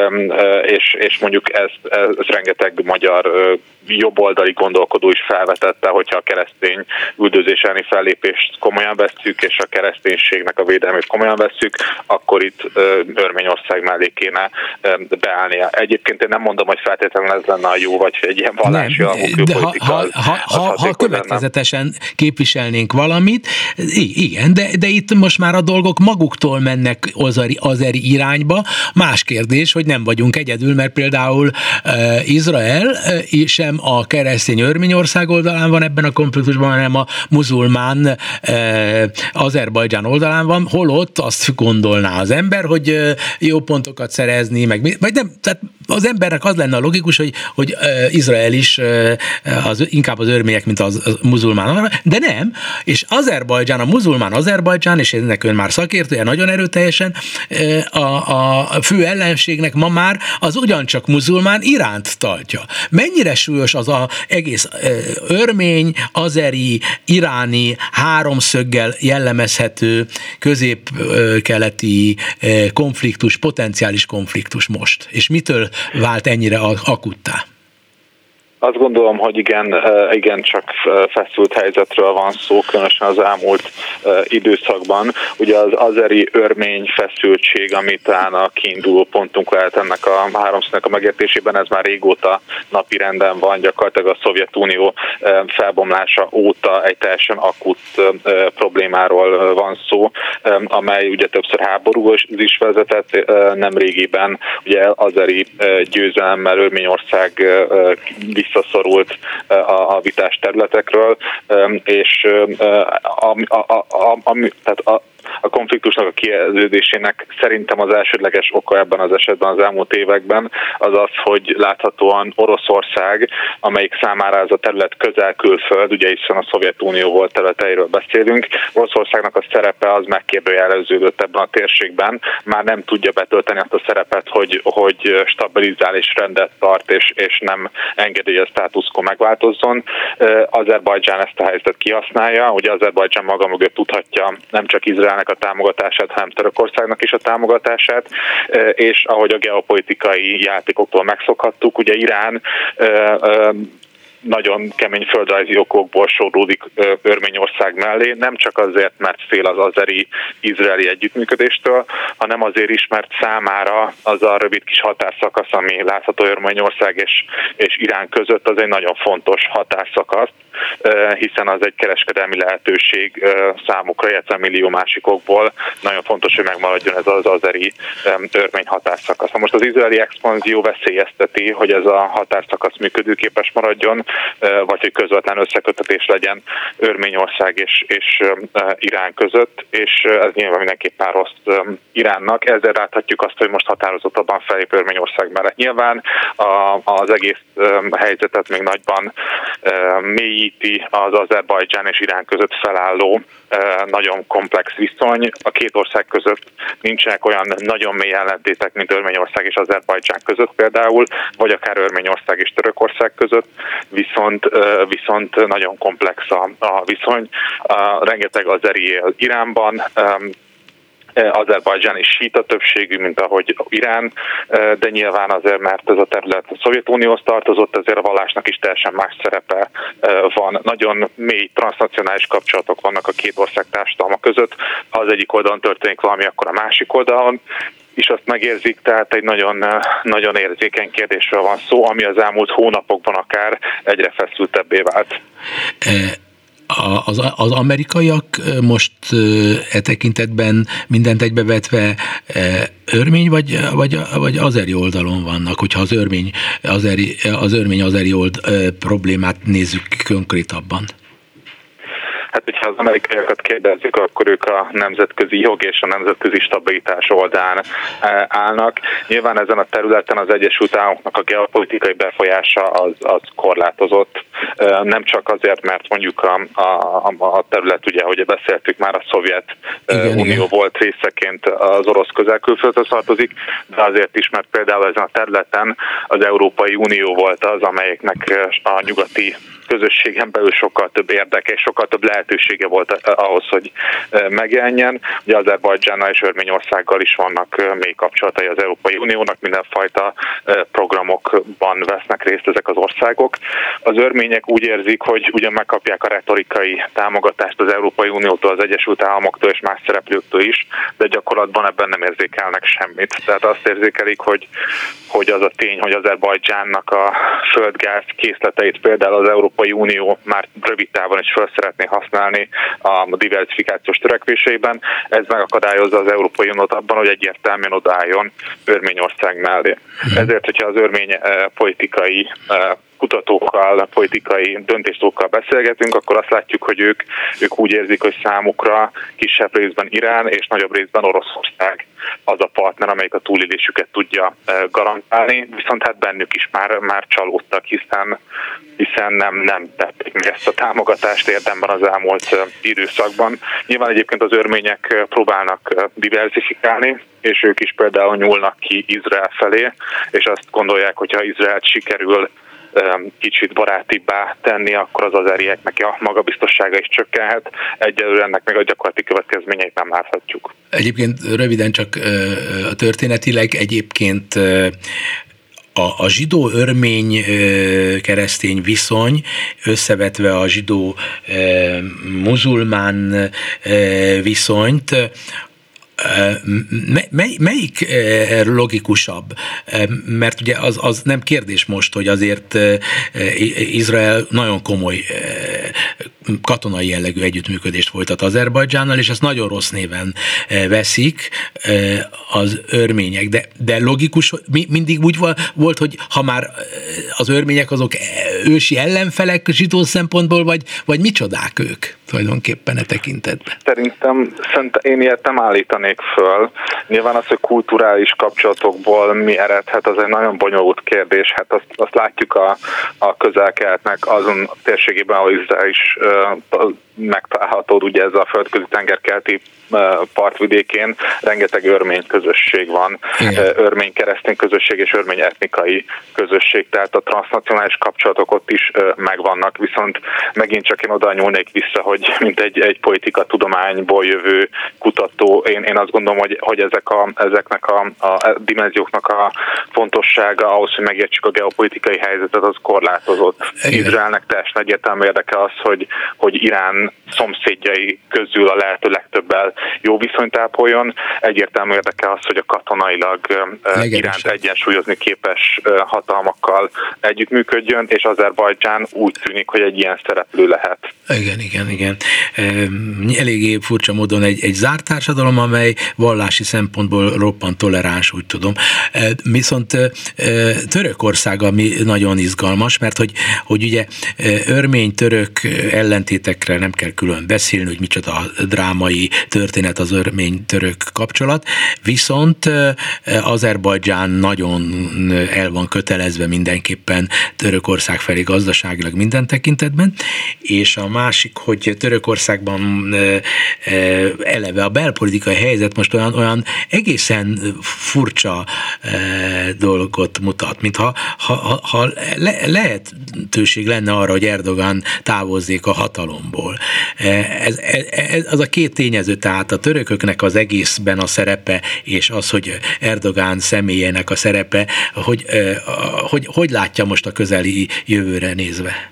és, és mondjuk ezt, ezt rengeteg magyar jobboldali gondolkodó is felvetette, hogyha a keresztény üldözés elleni fellépést komolyan vesszük, és a kereszténységnek a védelmét komolyan vesszük, akkor itt Örményország mellé kéne beállnia. Egyébként én nem mondom, hogy feltétlenül ez lenne a jó, vagy egy ilyen vallási alapú külpolitika. Ha, ha, ha, ha következetesen lenne. Képviselnénk valamit, igen, de, de itt most már a dolgok maguktól mennek azeri, azeri irányba. Más kérdés, hogy nem vagyunk egyedül, mert például uh, Izrael uh, sem a keresztény Örményország oldalán van ebben a konfliktusban, hanem a muzulmán eh, Azerbajdzsán oldalán van, holott azt gondolná az ember, hogy eh, jó pontokat szerezni, meg vagy nem, tehát az embernek az lenne a logikus, hogy, hogy eh, Izrael is eh, az, inkább az örmények, mint az, az muzulmán, de nem, és Azerbajdzsán, a muzulmán Azerbajdzsán, és ennek ön már szakértője nagyon erőteljesen, eh, a, a fő ellenségnek ma már az ugyancsak muzulmán Iránt tartja. Mennyire súlyos az az egész örmény, azeri, iráni háromszöggel jellemezhető közép-keleti konfliktus, potenciális konfliktus most? És mitől vált ennyire akuttá? Azt gondolom, hogy igen, igen, csak feszült helyzetről van szó, különösen az elmúlt időszakban. Ugye az azeri-örmény feszültség, ami talán a kiinduló pontunk lehet ennek a háromszínnek a megértésében, ez már régóta napirenden van, gyakorlatilag a Szovjetunió felbomlása óta egy teljesen akut problémáról van szó, amely ugye többször háborús is vezetett, nemrégiben ugye azeri győzelemmel Örményország visszaszorult a, a vitás területekről, és a, a, a, a, a, tehát a A konfliktusnak a kijelződésének szerintem az elsődleges oka ebben az esetben az elmúlt években az az, hogy láthatóan Oroszország, amelyik számára ez a terület közel külföld, ugye hiszen a Szovjetunió volt területeiről beszélünk, Oroszországnak a szerepe az megkérdőjeleződött ebben a térségben, már nem tudja betölteni azt a szerepet, hogy, hogy stabilizál és rendet tart, és, és nem engedi, hogy a status quo megváltozzon. Azerbajdzsán ezt a helyzetet kihasználja, ugye Azerbajdzsán maga mögött tudhatja nem csak Izrael a támogatását, hanem Törökországnak is a támogatását, és ahogy a geopolitikai játékoktól megszokhattuk, ugye Irán nagyon kemény földrajzi okokból sorolódik Örményország mellé, nem csak azért, mert fél az azeri-izraeli együttműködéstől, hanem azért is, mert számára az a rövid kis határszakasz, ami látható Örményország és, és Irán között, az egy nagyon fontos határszakasz, hiszen az egy kereskedelmi lehetőség számukra, illetve millió másikokból nagyon fontos, hogy megmaradjon ez az azeri örmény határszakasz. Most az izraeli expanzió veszélyezteti, hogy ez a határszakasz működőképes maradjon, vagy hogy közvetlen összekötetés legyen Örményország és, és Irán között, és ez nyilván mindenképpen rossz Iránnak. Ezzel láthatjuk azt, hogy most határozottabban felép Örményország mellett. Nyilván az egész helyzetet még nagyban mélyíti az Azerbajdzsán és Irán között felálló nagyon komplex viszony. A két ország között nincsenek olyan nagyon mély ellentétek, mint Örményország és Azerbajdzsán között például, vagy akár Örményország és Törökország között, viszont, viszont nagyon komplex a, a viszony. Rengeteg azeri él Iránban, Azerbajdzsán is síta többségű, mint ahogy Irán, de nyilván azért, mert ez a terület a Szovjetunióhoz tartozott, ezért a vallásnak is teljesen más szerepe van. Nagyon mély transznacionális kapcsolatok vannak a két ország társadalma között. Ha az egyik oldalon történik valami, akkor a másik oldalon is azt megérzik, tehát egy nagyon, nagyon érzékeny kérdésről van szó, ami az elmúlt hónapokban akár egyre feszültebbé vált. Az, az amerikaiak most e tekintetben mindent egybevetve örmény vagy, vagy, vagy azeri oldalon vannak, hogyha az örmény azeri, az örmény azeri old problémát nézzük konkrétabban? Hát, hogyha az amerikaiakat kérdezzük, akkor ők a nemzetközi jog és a nemzetközi stabilitás oldalán állnak. Nyilván ezen a területen az Egyesült Államoknak a geopolitikai befolyása az, az korlátozott. Nem csak azért, mert mondjuk a, a, a terület, ugye, ahogy beszéltük már, a Szovjet igen, Unió igen. volt részeként az orosz közel-külföldhöz tartozik, de azért is, mert például ezen a területen az Európai Unió volt az, amelyeknek a nyugati közösségen belül sokkal több érdeke és sokkal több lehetősége volt ahhoz, hogy megjelenjen. Ugye Azerbajdzsánnal és Örményországgal is vannak mély kapcsolatai az Európai Uniónak, mindenfajta programokban vesznek részt ezek az országok. Az örmények úgy érzik, hogy ugyan megkapják a retorikai támogatást az Európai Uniótól, az Egyesült Államoktól és más szereplőktől is, de gyakorlatban ebben nem érzékelnek semmit. Tehát azt érzékelik, hogy, hogy az a tény, hogy Azerbajdzsánnak a földgáz készleteit például az Európai Unió már rövid távon is fel szeretné használni a diversifikációs törekvéseiben. Ez megakadályozza az Európai Uniót abban, hogy egyértelműen odaálljon Örményország mellé. Ezért, hogyha az örmény politikai kutatókkal, politikai döntéshozókkal beszélgetünk, akkor azt látjuk, hogy ők, ők úgy érzik, hogy számukra kisebb részben Irán és nagyobb részben Oroszország az a partner, amelyik a túlélésüket tudja garantálni, viszont hát bennük is már, már csalódtak, hiszen, hiszen nem, nem tették meg ezt a támogatást érdemben az elmúlt időszakban. Nyilván egyébként az örmények próbálnak diversifikálni, és ők is például nyúlnak ki Izrael felé, és azt gondolják, hogy ha Izraelt sikerül kicsit barátibbá tenni, akkor az azerieknek a magabiztossága is csökkenhet. Egyelőre ennek meg a gyakorlati következményeit nem láthatjuk. Egyébként röviden csak történetileg egyébként a, a zsidó-örmény keresztény viszony összevetve a zsidó-muzulmán viszonyt, Mely, melyik logikusabb? Mert ugye az, az nem kérdés most, hogy azért Izrael nagyon komoly katonai jellegű együttműködést folytat Azerbajdzsánnal, és ezt nagyon rossz néven veszik az örmények. De, de logikus, mindig úgy volt, hogy ha már az örmények azok ősi ellenfelek zsidó szempontból, vagy, vagy micsodák ők tulajdonképpen e tekintetben? Szerintem, szerintem én ilyet nem állítanék föl. Nyilván az, hogy kulturális kapcsolatokból mi eredhet, az egy nagyon bonyolult kérdés. Hát azt, azt látjuk a, a közel-keletnek azon térségében, ahol Izrael is uh, megtalálható, ugye ez a földközi tenger keleti partvidékén rengeteg örmény közösség van, igen. Örmény keresztény közösség és örmény etnikai közösség, tehát a transznacionális kapcsolatok ott is megvannak, viszont megint csak én oda nyúlnék vissza, hogy mint egy, egy politika tudományból jövő kutató, én, én azt gondolom, hogy, hogy ezek a, ezeknek a, a dimenzióknak a fontossága ahhoz, hogy megértsük a geopolitikai helyzetet, az korlátozott. Igen. Izraelnek teljesen egyértelmű érdeke az, hogy, hogy Irán szomszédjai közül a lehető legtöbbel jó viszonyt ápoljon. Egyértelmű érdeke az, hogy a katonailag Iránt egyensúlyozni képes hatalmakkal együttműködjön, és Azerbajdzsán úgy tűnik, hogy egy ilyen szereplő lehet. Igen, igen, igen. Eléggé furcsa módon egy, egy zárt társadalom, amely vallási szempontból roppant toleráns, úgy tudom. Viszont Törökország, ami nagyon izgalmas, mert hogy, hogy ugye örmény-török ellentétekre nem kell külön beszélni, hogy micsoda drámai történet az örmény-török kapcsolat, viszont Azerbajdzsán nagyon el van kötelezve mindenképpen Törökország felé gazdaságilag minden tekintetben, és a másik, hogy Törökországban eleve a belpolitikai helyzet most olyan, olyan egészen furcsa dolgot mutat, mintha ha, ha, ha le, lehetőség lenne arra, hogy Erdogan távozzék a hatalomból. Ez, ez, az a két tényező, tehát a törököknek az egészben a szerepe, és az, hogy Erdogan személyének a szerepe, hogy, hogy, hogy látja most a közeli jövőre nézve?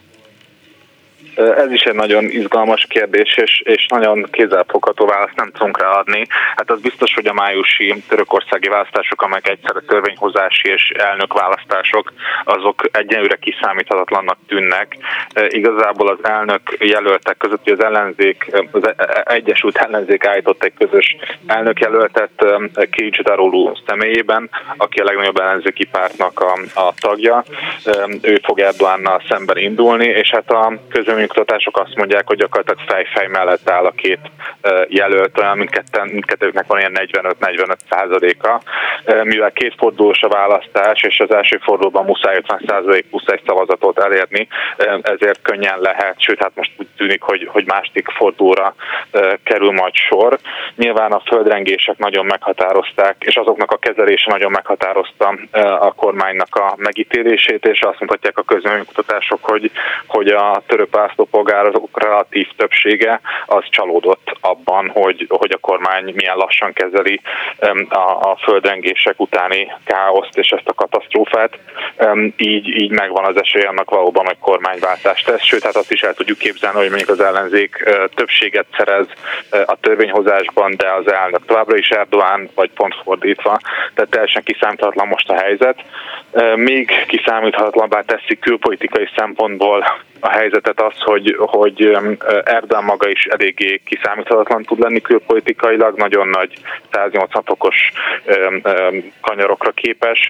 Ez is egy nagyon izgalmas kérdés, és, és nagyon kézzelfogható választ nem tudunk ráadni. Hát az biztos, hogy a májusi törökországi választások, amelyek egyszerre törvényhozási és elnökválasztások, azok egyenlőre kiszámíthatatlannak tűnnek. E, igazából az elnök jelöltek között, hogy az ellenzék, az Egyesült Ellenzék állított egy közös elnökjelöltet Kilic Daroglu személyében, aki a legnagyobb ellenzéki pártnak a, a tagja. E, ő fog Erdogannal szemben indulni, és hát a közöm kutatások azt mondják, hogy gyakorlatilag fej-fej mellett áll a két jelölt, olyan mindketten, mindkettőknek van ilyen negyvenöt-negyvenöt százaléka. Mivel kétfordulós a választás, és az első fordulóban muszáj ötven százalék plusz egy szavazatot elérni, ezért könnyen lehet, sőt, hát most úgy tűnik, hogy, hogy második fordulóra kerül majd sor. Nyilván a földrengések nagyon meghatározták, és azoknak a kezelése nagyon meghatározta a kormánynak a megítélését, és azt mutatják a közvéleménykutatások, hogy, hogy a török választópolgárok relatív többsége az csalódott abban, hogy, hogy a kormány milyen lassan kezeli a, a földrengések utáni káoszt és ezt a katasztrófát. Így, így megvan az esély annak valóban, hogy kormányváltást tesz, sőt, hát azt is el tudjuk képzelni, hogy mondjuk az ellenzék többséget szerez a törvényhozásban, de az elnök továbbra is Erdogan, vagy pont fordítva, tehát teljesen kiszámíthatatlan most a helyzet. Még kiszámíthatatlanbbá teszi külpolitikai szempontból a helyzetet az, hogy, hogy Erdogan maga is eléggé kiszámíthatatlan tud lenni külpolitikailag, nagyon nagy száznyolcvan fokos kanyarokra képes,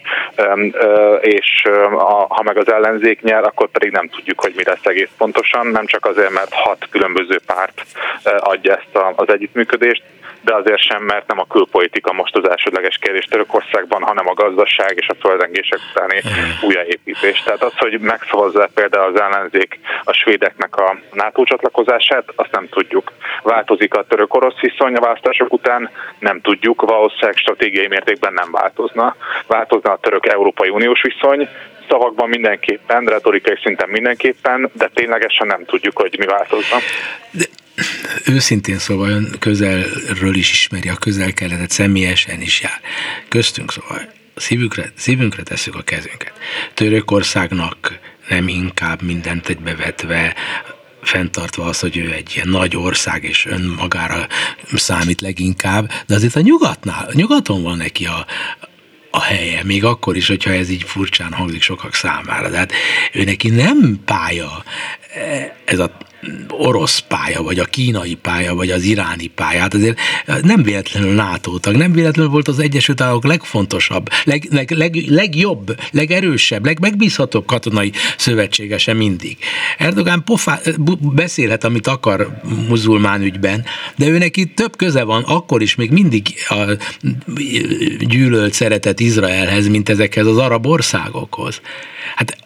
és ha meg az ellenzék nyer, akkor pedig nem tudjuk, hogy mi lesz egész pontosan, nem csak azért, mert hat különböző párt adja ezt az együttműködést, de azért sem, mert nem a külpolitika most az elsődleges kérdés Törökországban, hanem a gazdaság és a földrengések utáni újjáépítés. Tehát az, hogy megszavazza például az ellenzék a svédeknek a NATO csatlakozását, azt nem tudjuk. Változik a török-orosz viszony a választások után, nem tudjuk, valószínűleg stratégiai mértékben nem változna. Változna a török-európai uniós viszony, szavakban mindenképpen, retorikai szinten mindenképpen, de ténylegesen nem tudjuk, hogy mi változna. De őszintén szóval ön közelről is ismeri a közel-keletet, személyesen is jár. Köztünk szóval szívünkre, szívünkre tesszük a kezünket. Törökországnak nem inkább mindent egybevetve, fenntartva az, hogy ő egy ilyen nagy ország, és önmagára számít leginkább, de azért a nyugatnál, nyugaton van neki a, a helye, még akkor is, hogyha ez így furcsán hangzik sokak számára. De hát ő neki nem pálya ez a orosz pálya, vagy a kínai pálya, vagy az iráni pálya. Hát azért nem véletlenül NATO tag, nem véletlenül volt az Egyesült Államok legfontosabb, leg, leg, leg, legjobb, legerősebb, legmegbízhatóbb katonai szövetségese mindig. Erdogán pofá, beszélhet, amit akar muzulmán ügyben, de ő neki több köze van akkor is még mindig a gyűlölt, szeretett Izraelhez, mint ezekhez az arab országokhoz. Hát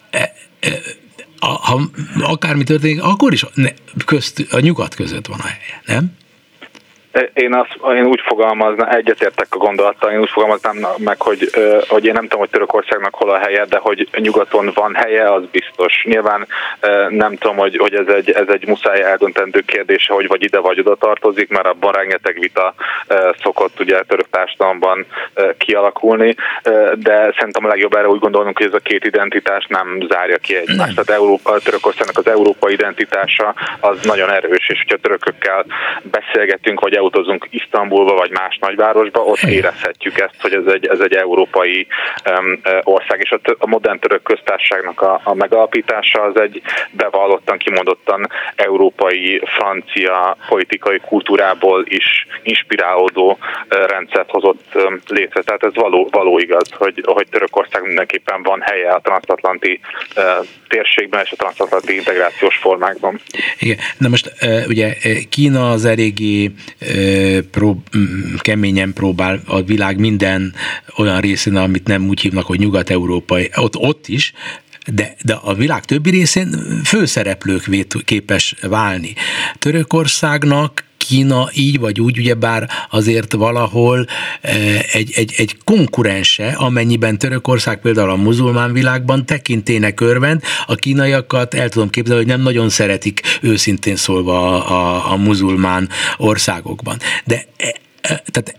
ha akármi történik, akkor is közt, a nyugat között van a helye, nem? Én, azt, én úgy fogalmaznám, egyetértek a gondolattal, én úgy fogalmaznám meg, hogy, hogy én nem tudom, hogy Törökországnak hol a helye, de hogy nyugaton van helye, az biztos. Nyilván nem tudom, hogy, hogy ez, egy, ez egy muszáj eldöntendő kérdése, hogy vagy ide vagy oda tartozik, mert abban rengeteg vita szokott ugye török társadalomban kialakulni, de szerintem a legjobb erre úgy gondolnunk, hogy ez a két identitás nem zárja ki egymást. Tehát Európa, Törökországnak az európai identitása az nagyon erős, és hogyha törökökkel beszélgetünk, vagy elutazunk Isztambulba, vagy más nagyvárosba, ott érezhetjük ezt, hogy ez egy, ez egy európai um, ország, és a, a modern török köztársaságnak a, a megalapítása az egy bevallottan, kimondottan európai, francia politikai kultúrából is inspirálódó uh, rendszert hozott um, létre. Tehát ez való, való igaz, hogy, hogy Törökország mindenképpen van helye a transatlanti uh, térségben és a transatlanti integrációs formákban. Igen, na most uh, ugye Kína az eléggé Prób, keményen próbál a világ minden olyan részén, amit nem úgy hívnak, hogy nyugat-európai, ott, ott is, de, de a világ többi részén főszereplők képes válni. Törökországnak Kína így vagy úgy, ugyebár azért valahol egy, egy, egy konkurense, amennyiben Törökország például a muzulmán világban tekintének örvend, a kínaiakat el tudom képzelni, hogy nem nagyon szeretik őszintén szólva a, a, a muzulmán országokban. De tehát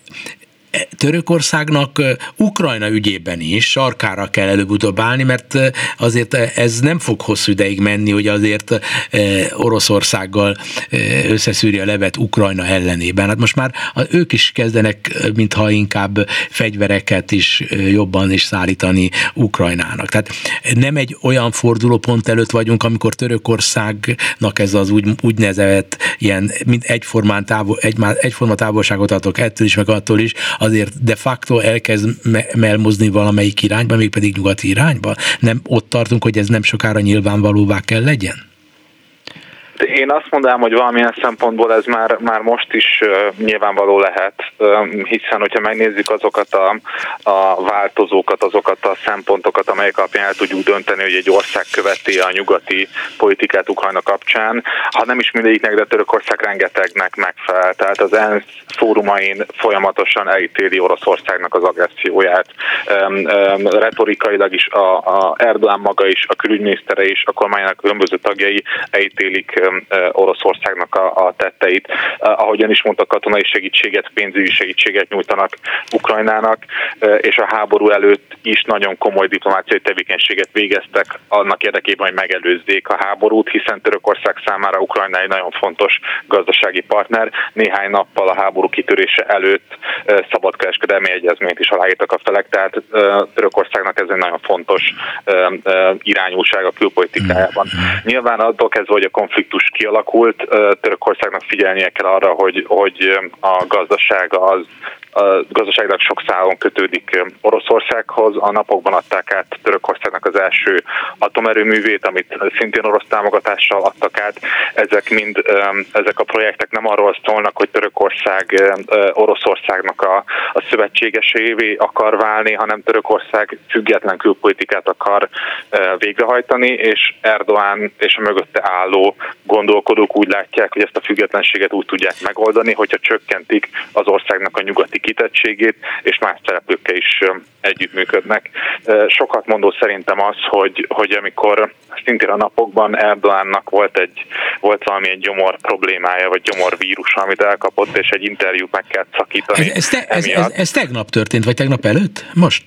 Törökországnak Ukrajna ügyében is sarkára kell előbb-utóbb állni, mert azért ez nem fog hosszú ideig menni, hogy azért Oroszországgal összeszűri a levet Ukrajna ellenében. Hát most már ők is kezdenek, mintha inkább fegyvereket is jobban is szállítani Ukrajnának. Tehát nem egy olyan fordulópont előtt vagyunk, amikor Törökországnak ez az úgy, úgynevezett ilyen, mint egyformán távol, egy, egyforma távolságot adok ettől is, meg attól is, azért de facto elkezd elmozdni valamelyik irányba, mégpedig nyugati irányba. Nem ott tartunk, hogy ez nem sokára nyilvánvalóvá kell legyen? Én azt mondanám, hogy valamilyen szempontból ez már, már most is uh, nyilvánvaló lehet, uh, hiszen hogyha megnézzük azokat a, a változókat, azokat a szempontokat, amelyek alapján el tudjuk dönteni, hogy egy ország követi a nyugati politikát Ukrajna kapcsán, ha nem is mindegyiknek, de Törökország rengetegnek megfelel. Tehát az ENSZ fórumain folyamatosan elítéli Oroszországnak az agresszióját. Um, um, retorikailag is a, a Erdoğan maga is, a külügyminisztere is, a kormánynak különböző tagjai elítélik Oroszországnak a, a tetteit. Ahogyan is mondta, katonai segítséget, pénzügyi segítséget nyújtanak Ukrajnának, és a háború előtt is nagyon komoly diplomáciai tevékenységet végeztek annak érdekében, hogy megelőzzék a háborút, hiszen Törökország számára Ukrajna egy nagyon fontos gazdasági partner. Néhány nappal a háború kitörése előtt szabadkereskedelmi egyezményt is aláírtak a felek, tehát Törökországnak ez egy nagyon fontos irányultság a külpolitikájában. Nyilván attól kezdve, hogy a konfliktus kialakult, Törökországnak figyelnie kell arra, hogy, hogy a gazdaság az a gazdaságnak sok szálon kötődik Oroszországhoz. A napokban adták át Törökországnak az első atomerőművét, amit szintén orosz támogatással adtak át. Ezek mind, ezek a projektek nem arról szólnak, hogy Törökország Oroszországnak a, a szövetségesévé akar válni, hanem Törökország független külpolitikát akar végrehajtani, és Erdoğan és a mögötte álló gondolkodók úgy látják, hogy ezt a függetlenséget úgy tudják megoldani, hogyha csökkentik az országnak a nyugati kitettségét, és más szereplőkkel is együttműködnek. Sokat mondó szerintem az, hogy, hogy amikor szintén a napokban Erdoğannak volt egy volt valamilyen gyomor problémája, vagy gyomor vírus, amit elkapott, és egy interjút meg kell szakítani. Ez, ez, te, ez, ez, ez tegnap történt, vagy tegnap előtt? Most?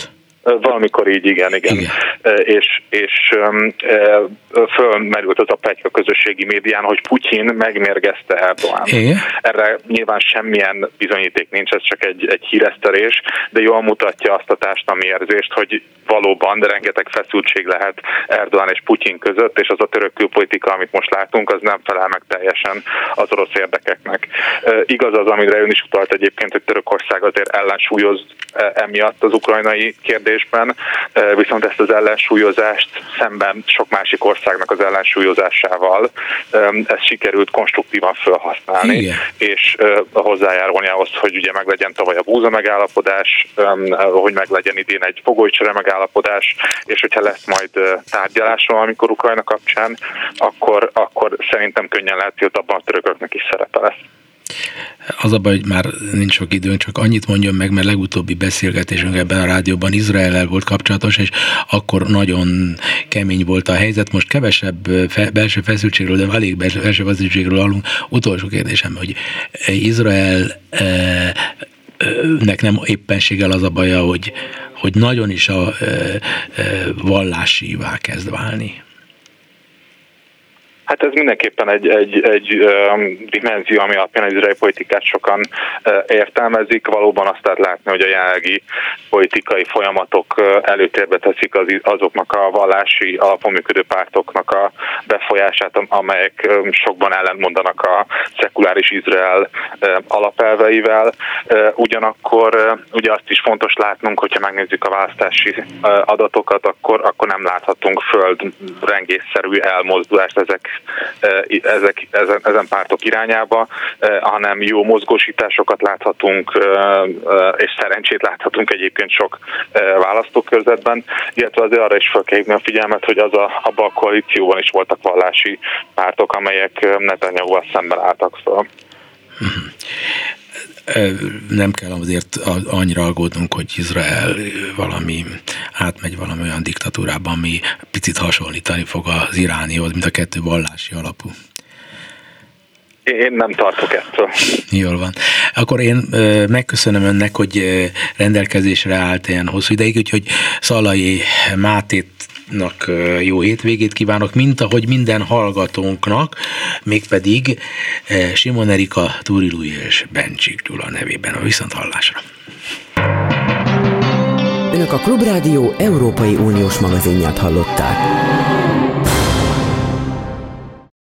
Valamikor így, igen, igen. igen. És, és fölmerült az a pletyka közösségi médián, hogy Putyin megmérgezte Erdoğan. Erre nyilván semmilyen bizonyíték nincs, ez csak egy, egy híresztelés, de jól mutatja azt a társadalmi érzést, hogy valóban rengeteg feszültség lehet Erdoğan és Putyin között, és az a török külpolitika, amit most látunk, az nem felel meg teljesen az orosz érdekeknek. Igaz az, amire ön is utalt egyébként, hogy Törökország azért ellensúlyoz emiatt az ukrajnai kérdésben, viszont ezt az ellensúlyozást szemben sok másik országnak az ellensúlyozásával ezt sikerült konstruktívan felhasználni, igen. és hozzájárulni ahhoz, hogy ugye meglegyen tavaly a búza megállapodás, hogy meglegyen idén egy fogolycsere megállapodás, és hogyha lesz majd tárgyalás valamikor Ukrajna kapcsán, akkor, akkor szerintem könnyen lehet, hogy abban a törököknek is szerepe lesz. Az a baj, hogy már nincs sok időnk, csak annyit mondjon meg, mert legutóbbi beszélgetésünk ebben a rádióban Izraellel volt kapcsolatos, és akkor nagyon kemény volt a helyzet. Most kevesebb fe, belső feszültségről, de elég belső feszültségről hallunk. Utolsó kérdésem, hogy Izraelnek nem éppenséggel az a baja, hogy, hogy nagyon is a vallásívá kezd válni. Hát ez mindenképpen egy, egy, egy um, dimenzió, ami alapján az izraeli politikát sokan uh, értelmezik. Valóban azt lehet látni, hogy a jelenlegi politikai folyamatok uh, előtérbe teszik az, azoknak a vallási alapon működő pártoknak a befolyását, amelyek um, sokban ellentmondanak a szekuláris Izrael uh, alapelveivel. Uh, ugyanakkor uh, ugye azt is fontos látnunk, hogyha megnézzük a választási uh, adatokat, akkor, akkor nem láthatunk földrengésszerű elmozdulást ezek Ezek, ezen, ezen pártok irányába, hanem jó mozgósításokat láthatunk, és szerencsét láthatunk egyébként sok választókörzetben, illetve azért arra is fel kell hívni a figyelmet, hogy az a, abban a koalícióban is voltak vallási pártok, amelyek Netanyahuval szemben álltak fel. Nem kell azért annyira aggódnunk, hogy Izrael valami átmegy valami olyan diktatúrába, ami picit hasonlítani fog az iránihoz, mint a kettő vallási alapú. Én nem tartok ettől. Jól van. Akkor én megköszönöm önnek, hogy rendelkezésre állt ilyen hosszú ideig, úgyhogy Szalai Mátét jó hétvégét kívánok, mint ahogy minden hallgatónknak, mégpedig Simon Erika, Túri Lui és Bencsik Gyula nevében a viszonthallásra. Önök a Klubrádió Európai Uniós magazinját hallották.